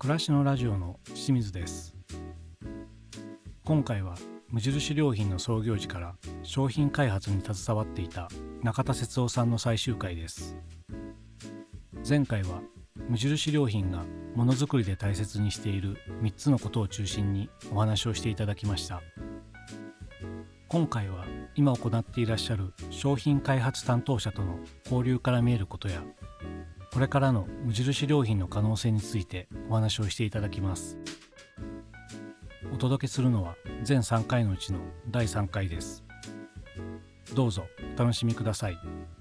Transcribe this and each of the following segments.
暮らしのラジオの清水です。今回は無印良品の創業時から商品開発に携わっていた中田節夫さんの最終回です。前回は無印良品がものづくりで大切にしている3つのことを中心にお話をしていただきました。今回は今行っていらっしゃる商品開発担当者との交流から見えることや、これからの無印良品の可能性についてお話をしていただきます。お届けするのは全3回のうちの第3回です。どうぞお楽しみください。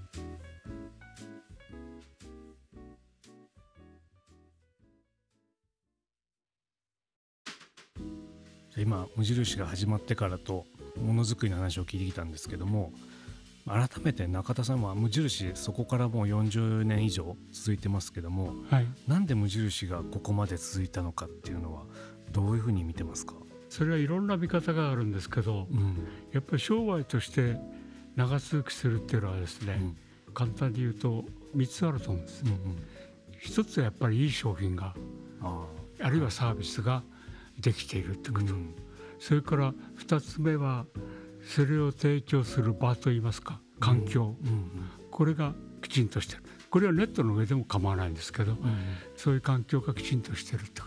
今無印が始まってからとものづくりの話を聞いてきたんですけども、改めて中田さんは無印そこからもう40年以上続いてますけども、なんで無印がここまで続いたのかっていうのはどういうふうに見てますか？ それはいろんな見方があるんですけど、やっぱり商売として長続きするっていうのはですね、簡単に言うと3つあると思うんです。一つはやっぱりいい商品が あるいはサービスができているってこと、それから2つ目はそれを提供する場といいますか環境、これがきちんとしてる。これはネットの上でも構わないんですけど、そういう環境がきちんとしてるってこと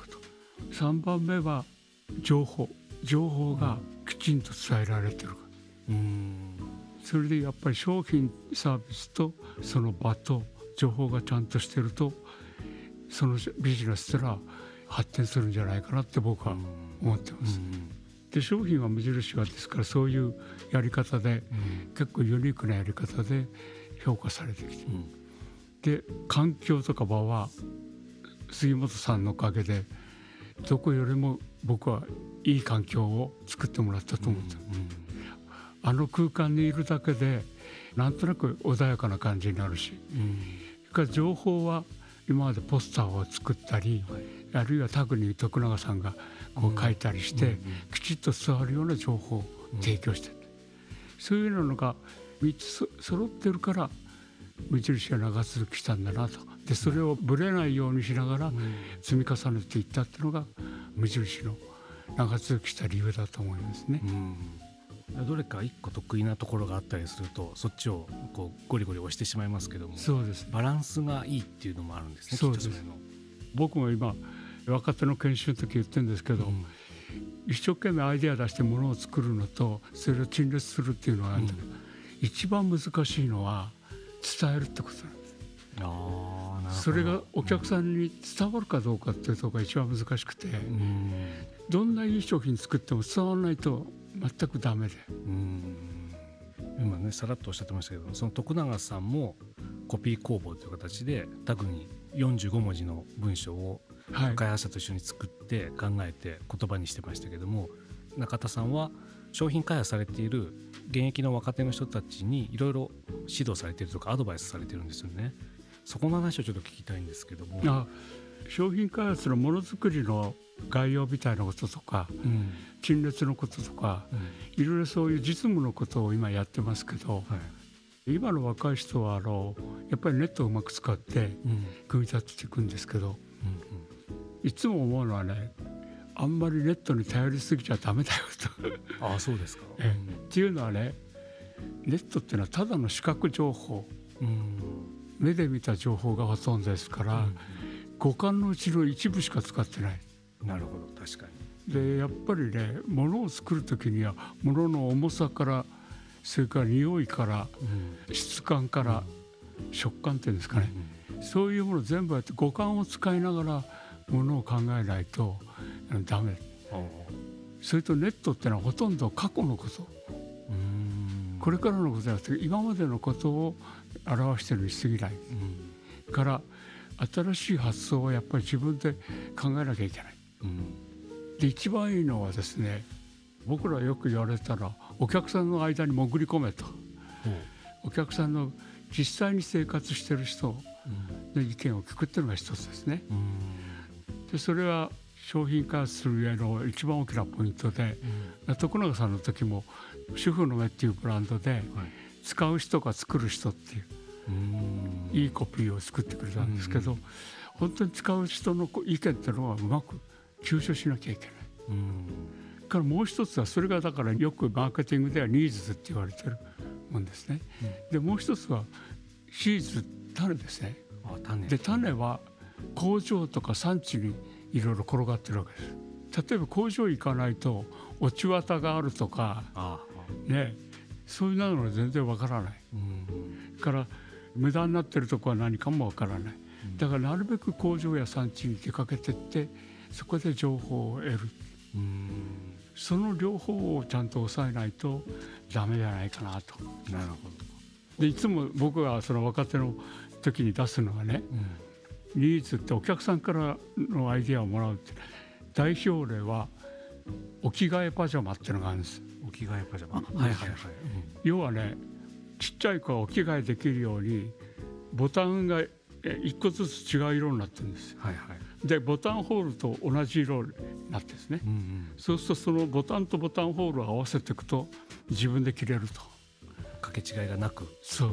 。3番目は情報がきちんと伝えられてる。それでやっぱり商品サービスとその場と情報がちゃんとしてると、そのビジネスから発展するんじゃないかなって僕は思ってます。で商品は無印はですからそういうやり方で、結構ユニークなやり方で評価されてきて、で環境とか場は杉本さんのおかげでどこよりも僕はいい環境を作ってもらったと思って、あの空間にいるだけでなんとなく穏やかな感じになるし、それから情報は今までポスターを作ったり、あるいはタグに徳永さんがこう書いたりして、きちっと伝わるような情報を提供してる、そういうのが3つ揃ってるから無印が長続きしたんだなと。でそれをぶれないようにしながら積み重ねていったっていうのが無印の長続きした理由だと思いますね。 どれか一個得意なところがあったりするとそっちをこうゴリゴリ押してしまいますけども、 そうです、 バランスがいいっていうのもあるんですね。 そうです。僕も今若手の研修の時言ってるんですけど、一生懸命アイデア出してものを作るのとそれを陳列するっていうのがあるんだけど、一番難しいのは伝えるってことなんです。それがお客さんに伝わるかどうかっていうところが一番難しくて、どんないい商品作っても伝わらないと全くダメで、 今ねさらっとおっしゃってましたけど、その徳永さんもコピー工房という形でタグに45文字の文章を開発者と一緒に作って考えて言葉にしてましたけども、中田さんは商品開発されている現役の若手の人たちにいろいろ指導されているとかアドバイスされてるんですよね。そこの話をちょっと聞きたいんですけども。 商品開発のものづくりの概要みたいなこととか、陳列のこととか、いろいろそういう実務のことを今やってますけど、今の若い人はやっぱりネットをうまく使って組み立てていくんですけど、いつも思うのはね、あんまりネットに頼りすぎちゃダメだよと。 そうですか。 っていうのはね、ネットっていうのはただの視覚情報、目で見た情報がほとんどですから、五感のうちの一部しか使ってない。 なるほど、確かに。でやっぱりね、物を作る時には物の重さから、それから匂いから、質感から、食感っていうんですかね、そういうもの全部やって五感を使いながらものを考えないとダメ。それとネットってのはほとんど過去のこと、これからのことじゃなくて今までのことを表しているに過ぎない、から新しい発想をやっぱり自分で考えなきゃいけない、で一番いいのはですね、僕らよく言われたらお客さんの間に潜り込めと、お客さんの実際に生活している人の意見を聞くっていうのが一つですね。でそれは商品開発する上の一番大きなポイントで、徳永さんの時も主婦の目っていうブランドで、使う人が作る人っていういいコピーを作ってくれたんですけど、 本当に使う人の意見っていうのはうまく吸収しなきゃいけない。からもう一つはそれがだからよくマーケティングではニーズって言われてるもんですね。でもう一つはシーズ、種ですね。で種は工場とか産地にいろいろ転がってるわけです。例えば工場行かないと落ち綿があるとかね、そういうのは全然わからない。から無駄になってるとこは何かもわからない。だからなるべく工場や産地に出かけてってそこで情報を得る。その両方をちゃんと抑えないとダメじゃないかなと。 なるほど。 でいつも僕がその若手の時に出すのはね、ニーズってお客さんからのアイデアをもらうって代表例はお着替えパジャマっていうのがあるんです。 お着替えパジャマ、 要はね、ちっちゃい子はお着替えできるようにボタンが一個ずつ違う色になってるんです。でボタンホールと同じ色になってですね、そうするとそのボタンとボタンホールを合わせていくと自分で着れると。 掛け違いがなく。 そう、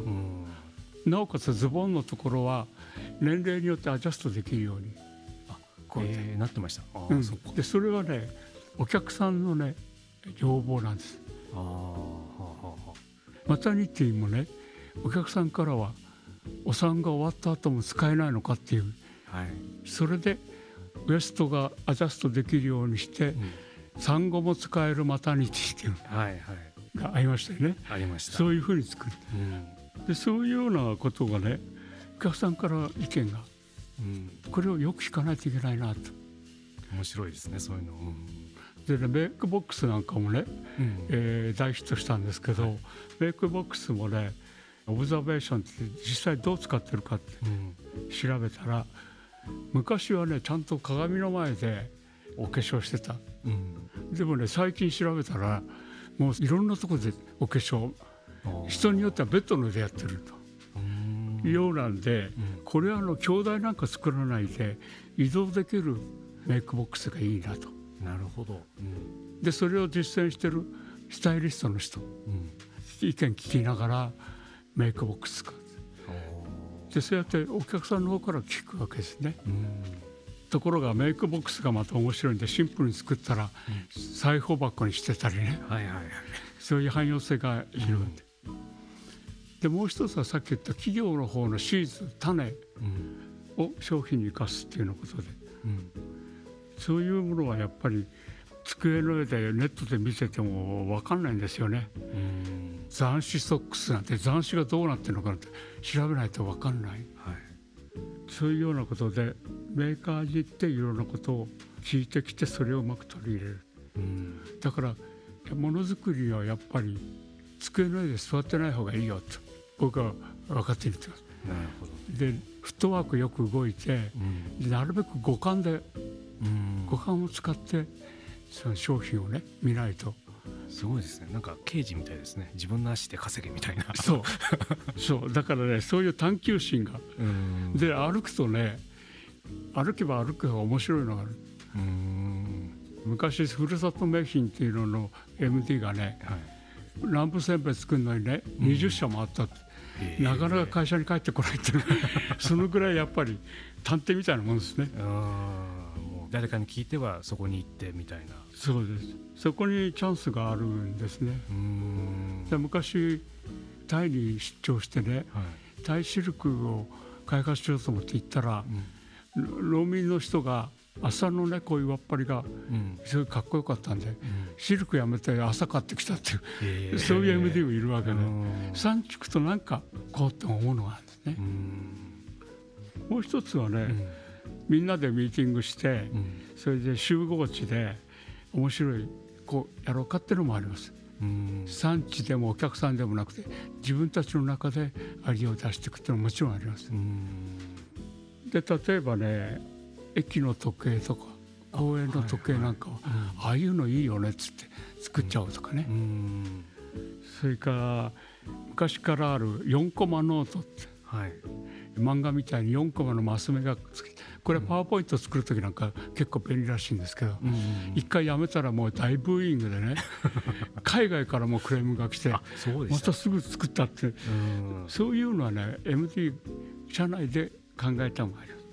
なおかつズボンのところは年齢によってアジャストできるようになってました。 でそれはねお客さんのね要望なんです。マタニティもねお客さんからはお産が終わった後も使えないのかっていう、それでウエストがアジャストできるようにして、産後も使えるマタニティっていうのがありましたよね。 ありました。 そういうふうに作る、でそういうようなことがねお客さんから意見が、これをよく聞かないといけないなと。 面白いですねそういうの。 でね、メイクボックスなんかもね、大ヒットしたんですけど、メイクボックスもねオブザベーションって実際どう使ってるかって調べたら、昔はねちゃんと鏡の前でお化粧してた、でもね最近調べたらもういろんなところでお化粧、人によってはベッドの上でやってるとようなんで、これは兄弟なんか作らないで移動できるメイクボックスがいいなと。 なるほど。 でそれを実践してるスタイリストの人、意見聞きながらメイクボックス使う。でそうやってお客さんの方から聞くわけですね。ところがメイクボックスがまた面白いんでシンプルに作ったら裁縫箱にしてたりね、そういう汎用性がいるんで、でもう一つはさっき言った企業の方のシーズ、種を商品に生かすっていうようなことで、そういうものはやっぱり机の上でネットで見てても分かんないんですよね。斬枝ソックスなんて斬枝がどうなってるのかなんて調べないと分かんない、そういうようなことでメーカーに行っていろんなことを聞いてきてそれをうまく取り入れる、だからものづくりはやっぱり机の上で座ってない方がいいよと僕は分かっていると。 なるほど。 でフットワークよく動いて、なるべく五感で、五感を使ってその商品をね見ないと。 すごいですね。なんか刑事みたいですね。自分の足で稼げみたいな。 そうだからねそういう探求心が、で歩くとね歩けば歩くほど面白いのがある。昔ふるさと名品っていうのの MD がね、南部せんべい作るのにね20社もあったって、なかなか会社に帰ってこないっていうのそのぐらいやっぱり探偵みたいなもんですね。 もう誰かに聞いてはそこに行ってみたいな。 そうです。そこにチャンスがあるんですね。で昔タイに出張してね、タイシルクを開発しようと思って行ったら、農民の人が麻のねこういう輪っぱりがすごいかっこよかったんで、シルクやめて麻買ってきたっていう、そういう MD もいるわけで、産地区となんかこうって思うのがあるんですね。もう一つはね、みんなでミーティングして、それで集合地で面白いこうやろうかっていうのもあります。産地でもお客さんでもなくて自分たちの中でアイデアを出していくっていうのももちろんあります。で例えばね駅の時計とか公園の時計なんかは、ああいうのいいよねっつって作っちゃおうとかね、それから昔からある4コマノートって、漫画みたいに4コマのマス目がつけて、これはパワーポイント作る時なんか結構便利らしいんですけど、一回やめたらもう大ブーイングでね海外からもクレームが来てまたすぐ作ったって、そういうのはね MD 社内で考えたもある。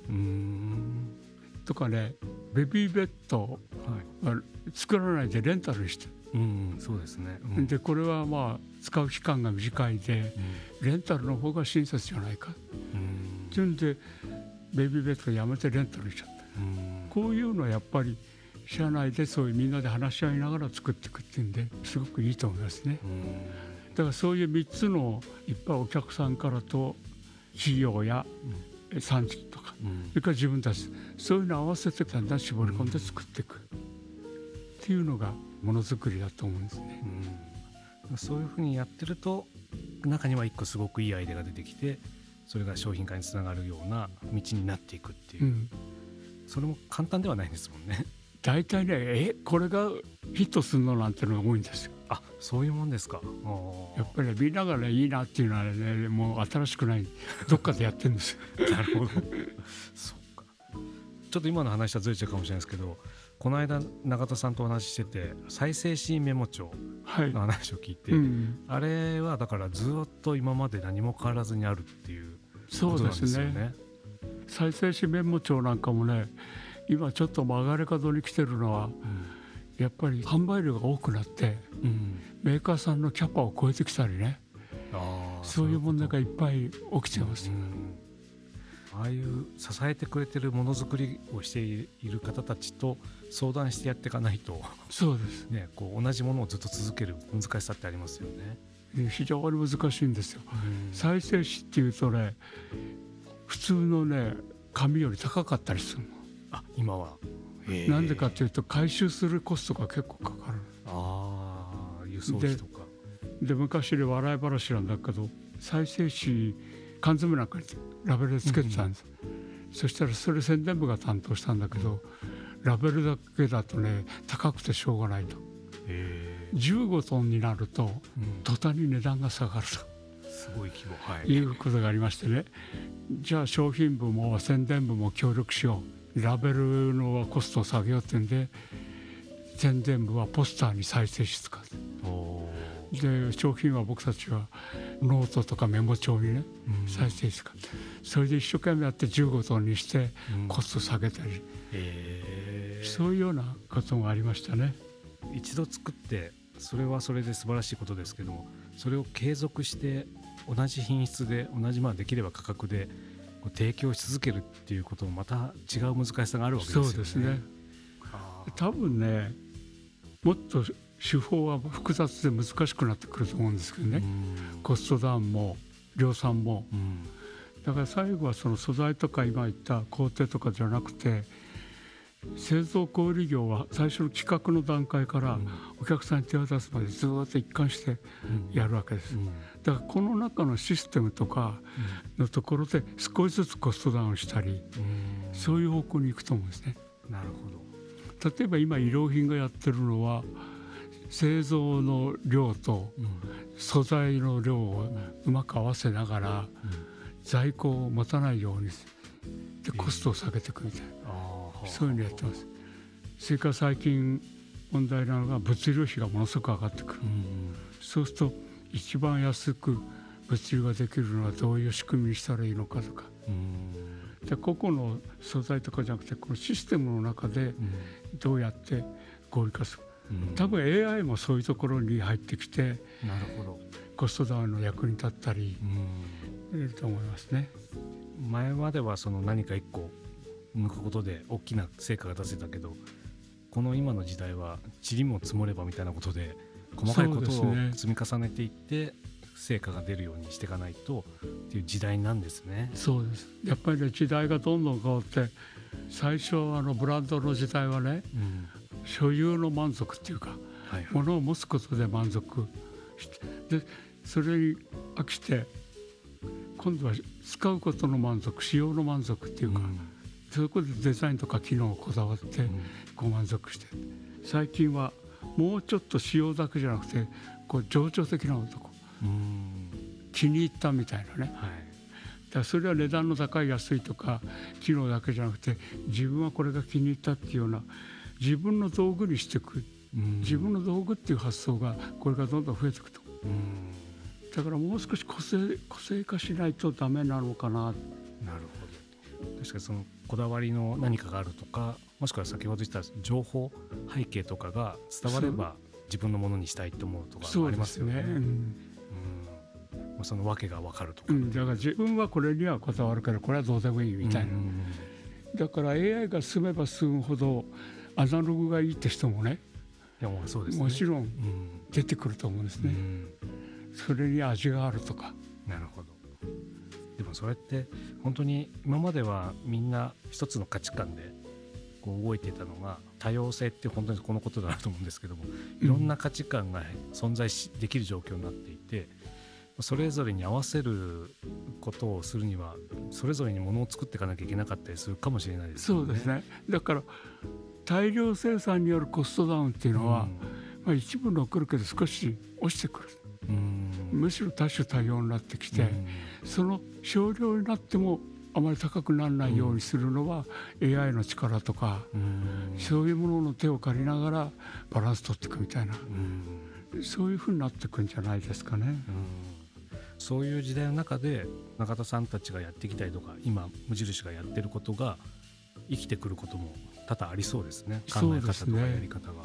とかね、ベビーベッドは作らないでレンタルして、 そうですね、 でこれはまあ使う期間が短いで、レンタルの方が親切じゃないかっていうんでベビーベッドをやめてレンタルしちゃった。こういうのはやっぱり社内でそういうみんなで話し合いながら作っていくっていうんですごくいいと思いますね。だからそういう3つのいっぱいお客さんからと企業や産地とか、それから自分たち、そういうのを合わせてだんだん絞り込んで作っていくっていうのがものづくりだと思うんですね。 そういうふうにやってると中には一個すごくいいアイデアが出てきて、それが商品化につながるような道になっていくっていう、それも簡単ではないですもんね。 大体ね、これがヒットするのなんてのが多いんですよ。 あ、そういうもんですか。 やっぱりみんながねいいなっていうのはね、もう新しくない、どっかでやってるんですよ。 なるほど。そうか。ちょっと今の話はずれちゃうかもしれないですけど、この間永田さんとお話ししてて再生紙メモ帳の話を聞いて、あれはだからずっと今まで何も変わらずにあるっていうことなんですよね。そうですね。 再生紙メモ帳なんかもね、今ちょっと曲がり角に来てるのは、やっぱり販売量が多くなって、メーカーさんのキャパを超えてきたりね、そういう問題がいっぱい起きてます。 ああいう支えてくれてるものづくりをしている方たちと相談してやっていかないと、 そうですね、こう同じものをずっと続ける難しさってありますよね。 非常に難しいんですよ。再生紙っていうとね、普通のね紙より高かったりするの。 あ、今は。 なんでかというと回収するコストが結構かかる。 輸送費とかで昔で笑い話なんだけど、再生紙缶詰なんかにラベルつけてたんです、そしたらそれ宣伝部が担当したんだけど、ラベルだけだとね高くてしょうがないと、15トンになると、途端に値段が下がると、 すごい規模、 いうことがありましてね、じゃあ商品部も宣伝部も協力しよう、ラベルのコストを下げようっていうんで、宣伝部はポスターに再生紙使う。で商品は僕たちはノートとかメモ帳にね、再生紙使う。それで一生懸命やって15トンにしてコスト下げたり、そういうようなこともありましたね。 一度作ってそれはそれで素晴らしいことですけども、それを継続して同じ品質で同じできれば価格で提供し続けるっていうこともまた違う難しさがあるわけですよね。 そうですね。多分ね、もっと手法は複雑で難しくなってくると思うんですけどね、コストダウンも量産も、だから最後はその素材とか今言った工程とかじゃなくて、製造小売業は最初の企画の段階からお客さんに手渡すまでずっと一貫してやるわけです。だからこの中のシステムとかのところで少しずつコストダウンしたり、そういう方向に行くと思うんですね。 なるほど。 例えば今衣料品がやってるのは、製造の量と素材の量をうまく合わせながら在庫を持たないようにでコストを下げていくみたいな、そういうのやってます。それから最近問題なのが物流費がものすごく上がってくる、そうすると一番安く物流ができるのはどういう仕組みにしたらいいのかとか、で個々の素材とかじゃなくてこのシステムの中でどうやって合理化する、多分 AI もそういうところに入ってきて、 なるほど、 コストダウンの役に立ったりいると思いますね。 前まではその何か一個抜くことで大きな成果が出せたけど、この今の時代は塵も積もればみたいなことで細かいことを積み重ねていって成果が出るようにしていかないとっていう時代なんですね。 そうです。やっぱりね、時代がどんどん変わって、最初ブランドの時代はね、所有の満足っていうか、物を持つことで満足してで、それに飽きて今度は使うことの満足、使用の満足っていうか、そこでデザインとか機能をこだわってご満足して、最近はもうちょっと使用だけじゃなくて情緒的なとこ、気に入ったみたいなね、だからそれは値段の高い安いとか機能だけじゃなくて、自分はこれが気に入ったっていうような自分の道具にしていく、自分の道具っていう発想がこれからどんどん増えていくと、だからもう少し個性化しないとダメなのかな。 なるほど。確かにそのこだわりの何かがあるとか、もしくは先ほど言った情報背景とかが伝われば自分のものにしたいと思うとかありますよね。その訳が分かるとか、 だから自分はこれにはこだわるからこれはどうでもいいみたいな、だから AI が進めば進むほどアナログがいいって人もね、 いやもうそうですね、 もちろん出てくると思うんですね、それに味があるとか。 なるほど。でもそれって本当に今まではみんな一つの価値観でこう動いていたのが、多様性って本当にこのことだなと思うんですけども、いろんな価値観が存在できる状況になっていて、それぞれに合わせることをするにはそれぞれにものを作っていかなきゃいけなかったりするかもしれないですよね。 そうですね。だから大量生産によるコストダウンっていうのは、一部残るけど少し落ちてくる、むしろ多種多様になってきて、その少量になってもあまり高くならないようにするのは AI の力とか、そういうものの手を借りながらバランス取っていくみたいな、そういうふうになっていくんじゃないですかね。 そういう時代の中で中田さんたちがやってきたりとか、今無印がやってることが生きてくることも多々ありそうですね。考え方とかやり方が。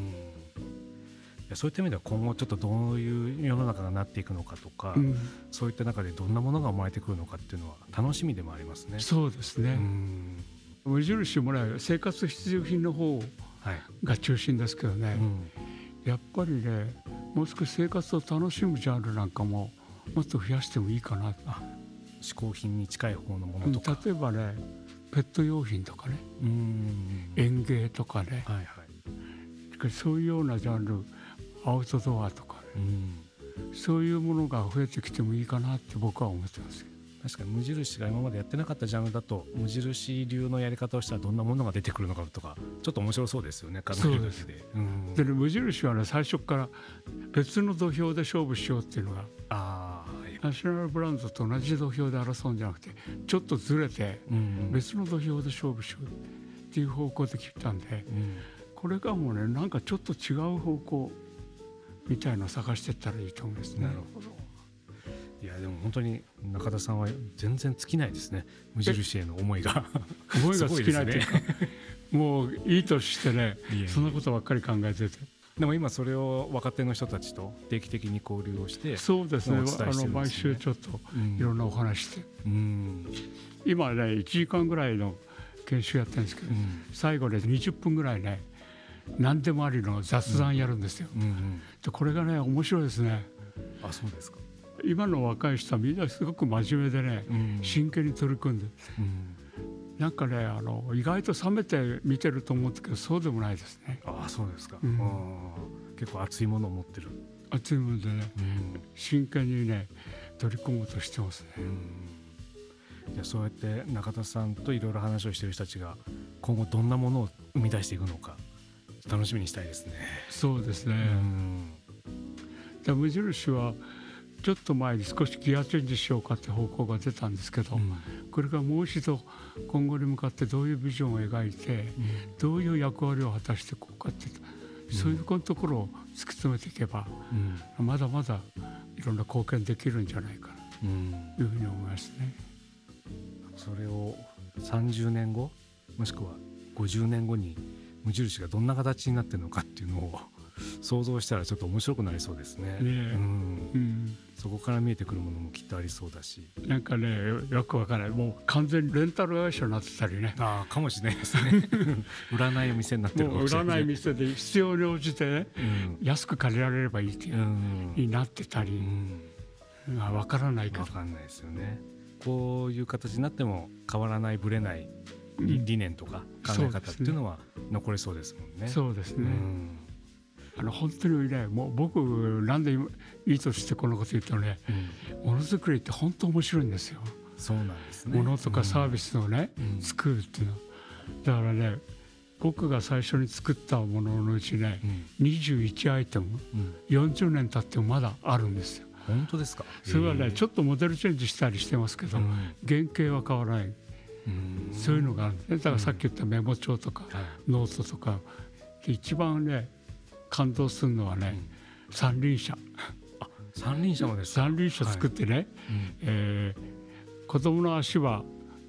そういった意味では今後ちょっとどういう世の中がなっていくのかとか、そういった中でどんなものが生まれてくるのかっていうのは楽しみでもありますね。 そうですね。無印もね、生活必需品の方が中心ですけどね、やっぱりね、もう少し生活を楽しむジャンルなんかももっと増やしてもいいかな。 嗜好品に近い方のものとか、 例えばね、ペット用品とかね、園芸とかね、そういうようなジャンル、アウトドアとかね、そういうものが増えてきてもいいかなって僕は思ってます。 確かに無印が今までやってなかったジャンルだと、無印流のやり方をしたらどんなものが出てくるのかとか、ちょっと面白そうですよね、考えるだけで。 でね、無印はね、最初から別の土俵で勝負しようっていうのが、ナショナルブランドと同じ土俵で争うんじゃなくて、ちょっとずれて別の土俵で勝負しようっていう方向で来たんで、これがもうね、なんかちょっと違う方向みたいのを探していったらいいと思うんですね。 なるほど。いやでも本当に中田さんは全然尽きないですね、無印への思いが。 思いが尽きないというか、もういい年してね、そんなことばっかり考えてて。 でも今それを若手の人たちと定期的に交流をして、 そうですね、毎週ちょっといろんなお話して、今ね1時間ぐらいの研修やってるんですけど、最後で20分ぐらいね、何でもありの雑談やるんですよ。でこれがね、面白いですね。 そうですか。 今の若い人はみんなすごく真面目でね、真剣に取り組んで、なんかね、意外と冷めて見てると思うんですけど、そうでもないですね。 そうですか。結構熱いものを持ってる。 熱いものでね、真剣にね取り組もうとしてますね。 じゃあそうやって中田さんといろいろ話をしている人たちが今後どんなものを生み出していくのか楽しみにしたいですね。 そうですね。無印はちょっと前に少しギアチェンジしようかって方向が出たんですけど、これがもう一度今後に向かってどういうビジョンを描いて、どういう役割を果たしていこうかって、そういうところを突き詰めていけば、まだまだいろんな貢献できるんじゃないかなというふうに思いますね。 それを30年後もしくは50年後に無印がどんな形になってるのかっていうのを想像したらちょっと面白くなりそうですね。そこから見えてくるものもきっとありそうだし、 なんかね、よくわからない、もう完全にレンタル会社になってたりね。 かもしれないですね。売らないお店になってるかもしれない。 売らない店で必要に応じてね、安く借りられればいいっていうになってたり、わからないけど。わかんないですよね。こういう形になっても変わらない、ぶれない理念とか考え方っていうのは残りそうですもんね。 そうですね。本当にね、もう僕なんでいいとしてこのこと言ったのね、ものづくりって本当面白いんですよ。 そうなんですね。 ものとかサービスをね、作るっていうのだからね、僕が最初に作ったもののうちね、21アイテム、40年経ってもまだあるんですよ。 本当ですか。 それはね、ちょっとモデルチェンジしたりしてますけど、原型は変わらない、そういうのがあるんですね。だからさっき言ったメモ帳とか、ノートとか、一番ね感動するのはね、三輪車。 三輪車もですか。 三輪車作ってね、子供の足は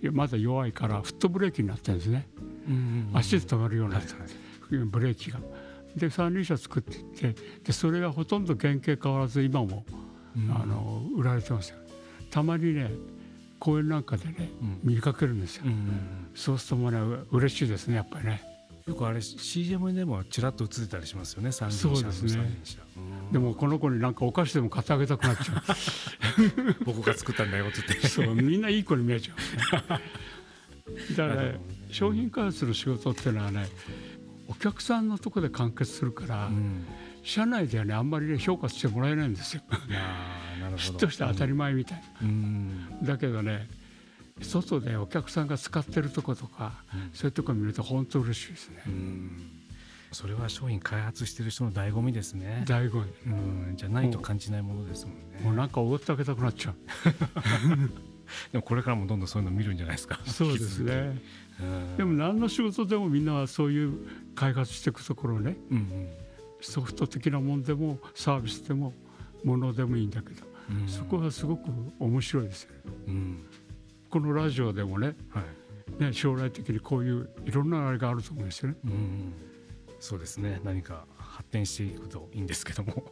まだ弱いからフットブレーキになってるんですね、足で止まるようなやつ、ブレーキが。で三輪車作っていって、でそれがほとんど原型変わらず今も、売られてますよ。たまにね公園なんかでね、見かけるんですよ、そうするともうね嬉しいですねやっぱりね。 よくあれ CM でもちらっと映ってたりしますよね、三輪車の。 そうですね。でもこの子になんかお菓子でも買ってあげたくなっちゃう僕が作ったんだよって言って。 そうみんないい子に見えちゃうだから、ね、商品開発の仕事っていうのはねお客さんのところで完結するから、社内ではねあんまりね評価してもらえないんですよヒットして当たり前みたいな、だけどね外でお客さんが使ってるとことか、そういうとこ見ると本当嬉しいですね。 それは商品開発してる人の醍醐味ですね。 醍醐味、 じゃないと感じないものですもんね。 もうなんかおごってあげたくなっちゃうでもこれからもどんどんそういうの見るんじゃないですか。 そうですねでも何の仕事でもみんなはそういう開発していくところね、ソフト的なもんでもサービスでもものでもいいんだけど、そこはすごく面白いですよね、このラジオでもね、将来的にこういういろんなあれがあると思うんですよね、 そうですね。何か発展していくといいんですけども、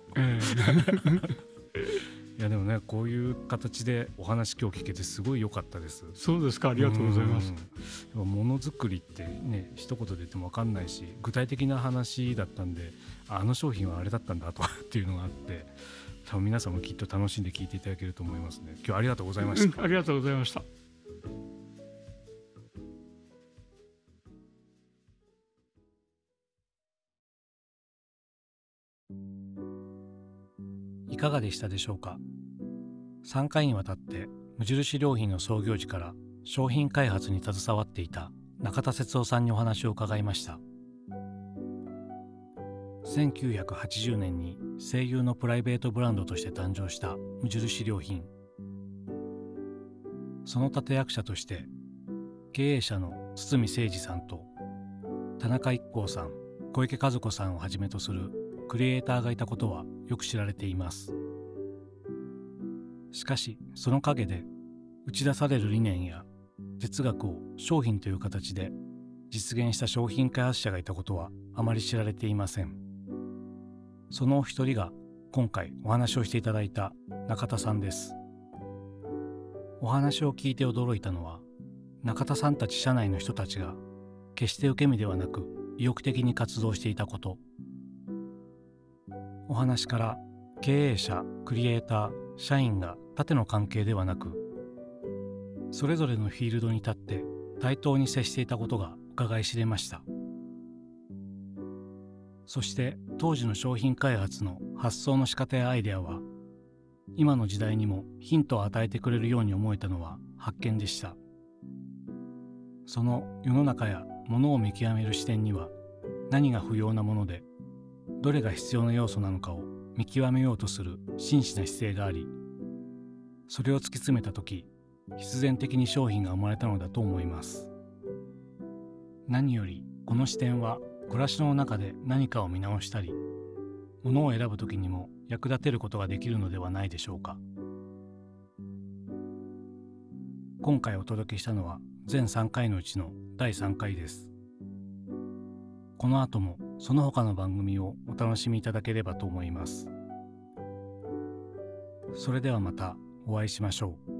いやでもねこういう形でお話今日聞けてすごい良かったです。 そうですか、ありがとうございます。 ものづくりってね一言で言っても分かんないし、具体的な話だったんで、あの商品はあれだったんだとかっていうのがあって、多分皆さんもきっと楽しんで聞いていただけると思いますね。今日はありがとうございました。 ありがとうございました。 いかがでしたでしょうか。3回にわたって無印良品の創業時から商品開発に携わっていた中田節夫さんにお話を伺いました。1980年に声優のプライベートブランドとして誕生した無印良品。その立役者として経営者の堤清二さんと田中一行さん、小池和子さんをはじめとするクリエイターがいたことはよく知られています。しかしその陰で打ち出される理念や哲学を商品という形で実現した商品開発者がいたことはあまり知られていません。そのお一人が今回お話をしていただいた中田さんです。お話を聞いて驚いたのは、中田さんたち社内の人たちが決して受け身ではなく意欲的に活動していたこと。お話から経営者、クリエイター、社員が縦の関係ではなく、それぞれのフィールドに立って対等に接していたことが伺い知れました。そして当時の商品開発の発想の仕方やアイデアは、今の時代にもヒントを与えてくれるように思えたのは発見でした。その世の中や物を見極める視点には、何が不要なものでどれが必要な要素なのかを見極めようとする真摯な姿勢があり、それを突き詰めた時、必然的に商品が生まれたのだと思います。何よりこの視点は暮らしの中で何かを見直したり、物を選ぶ時にも役立てることができるのではないでしょうか。今回お届けしたのは全3回のうちの第3回です。この後もその他の番組をお楽しみいただければと思います。それではまたお会いしましょう。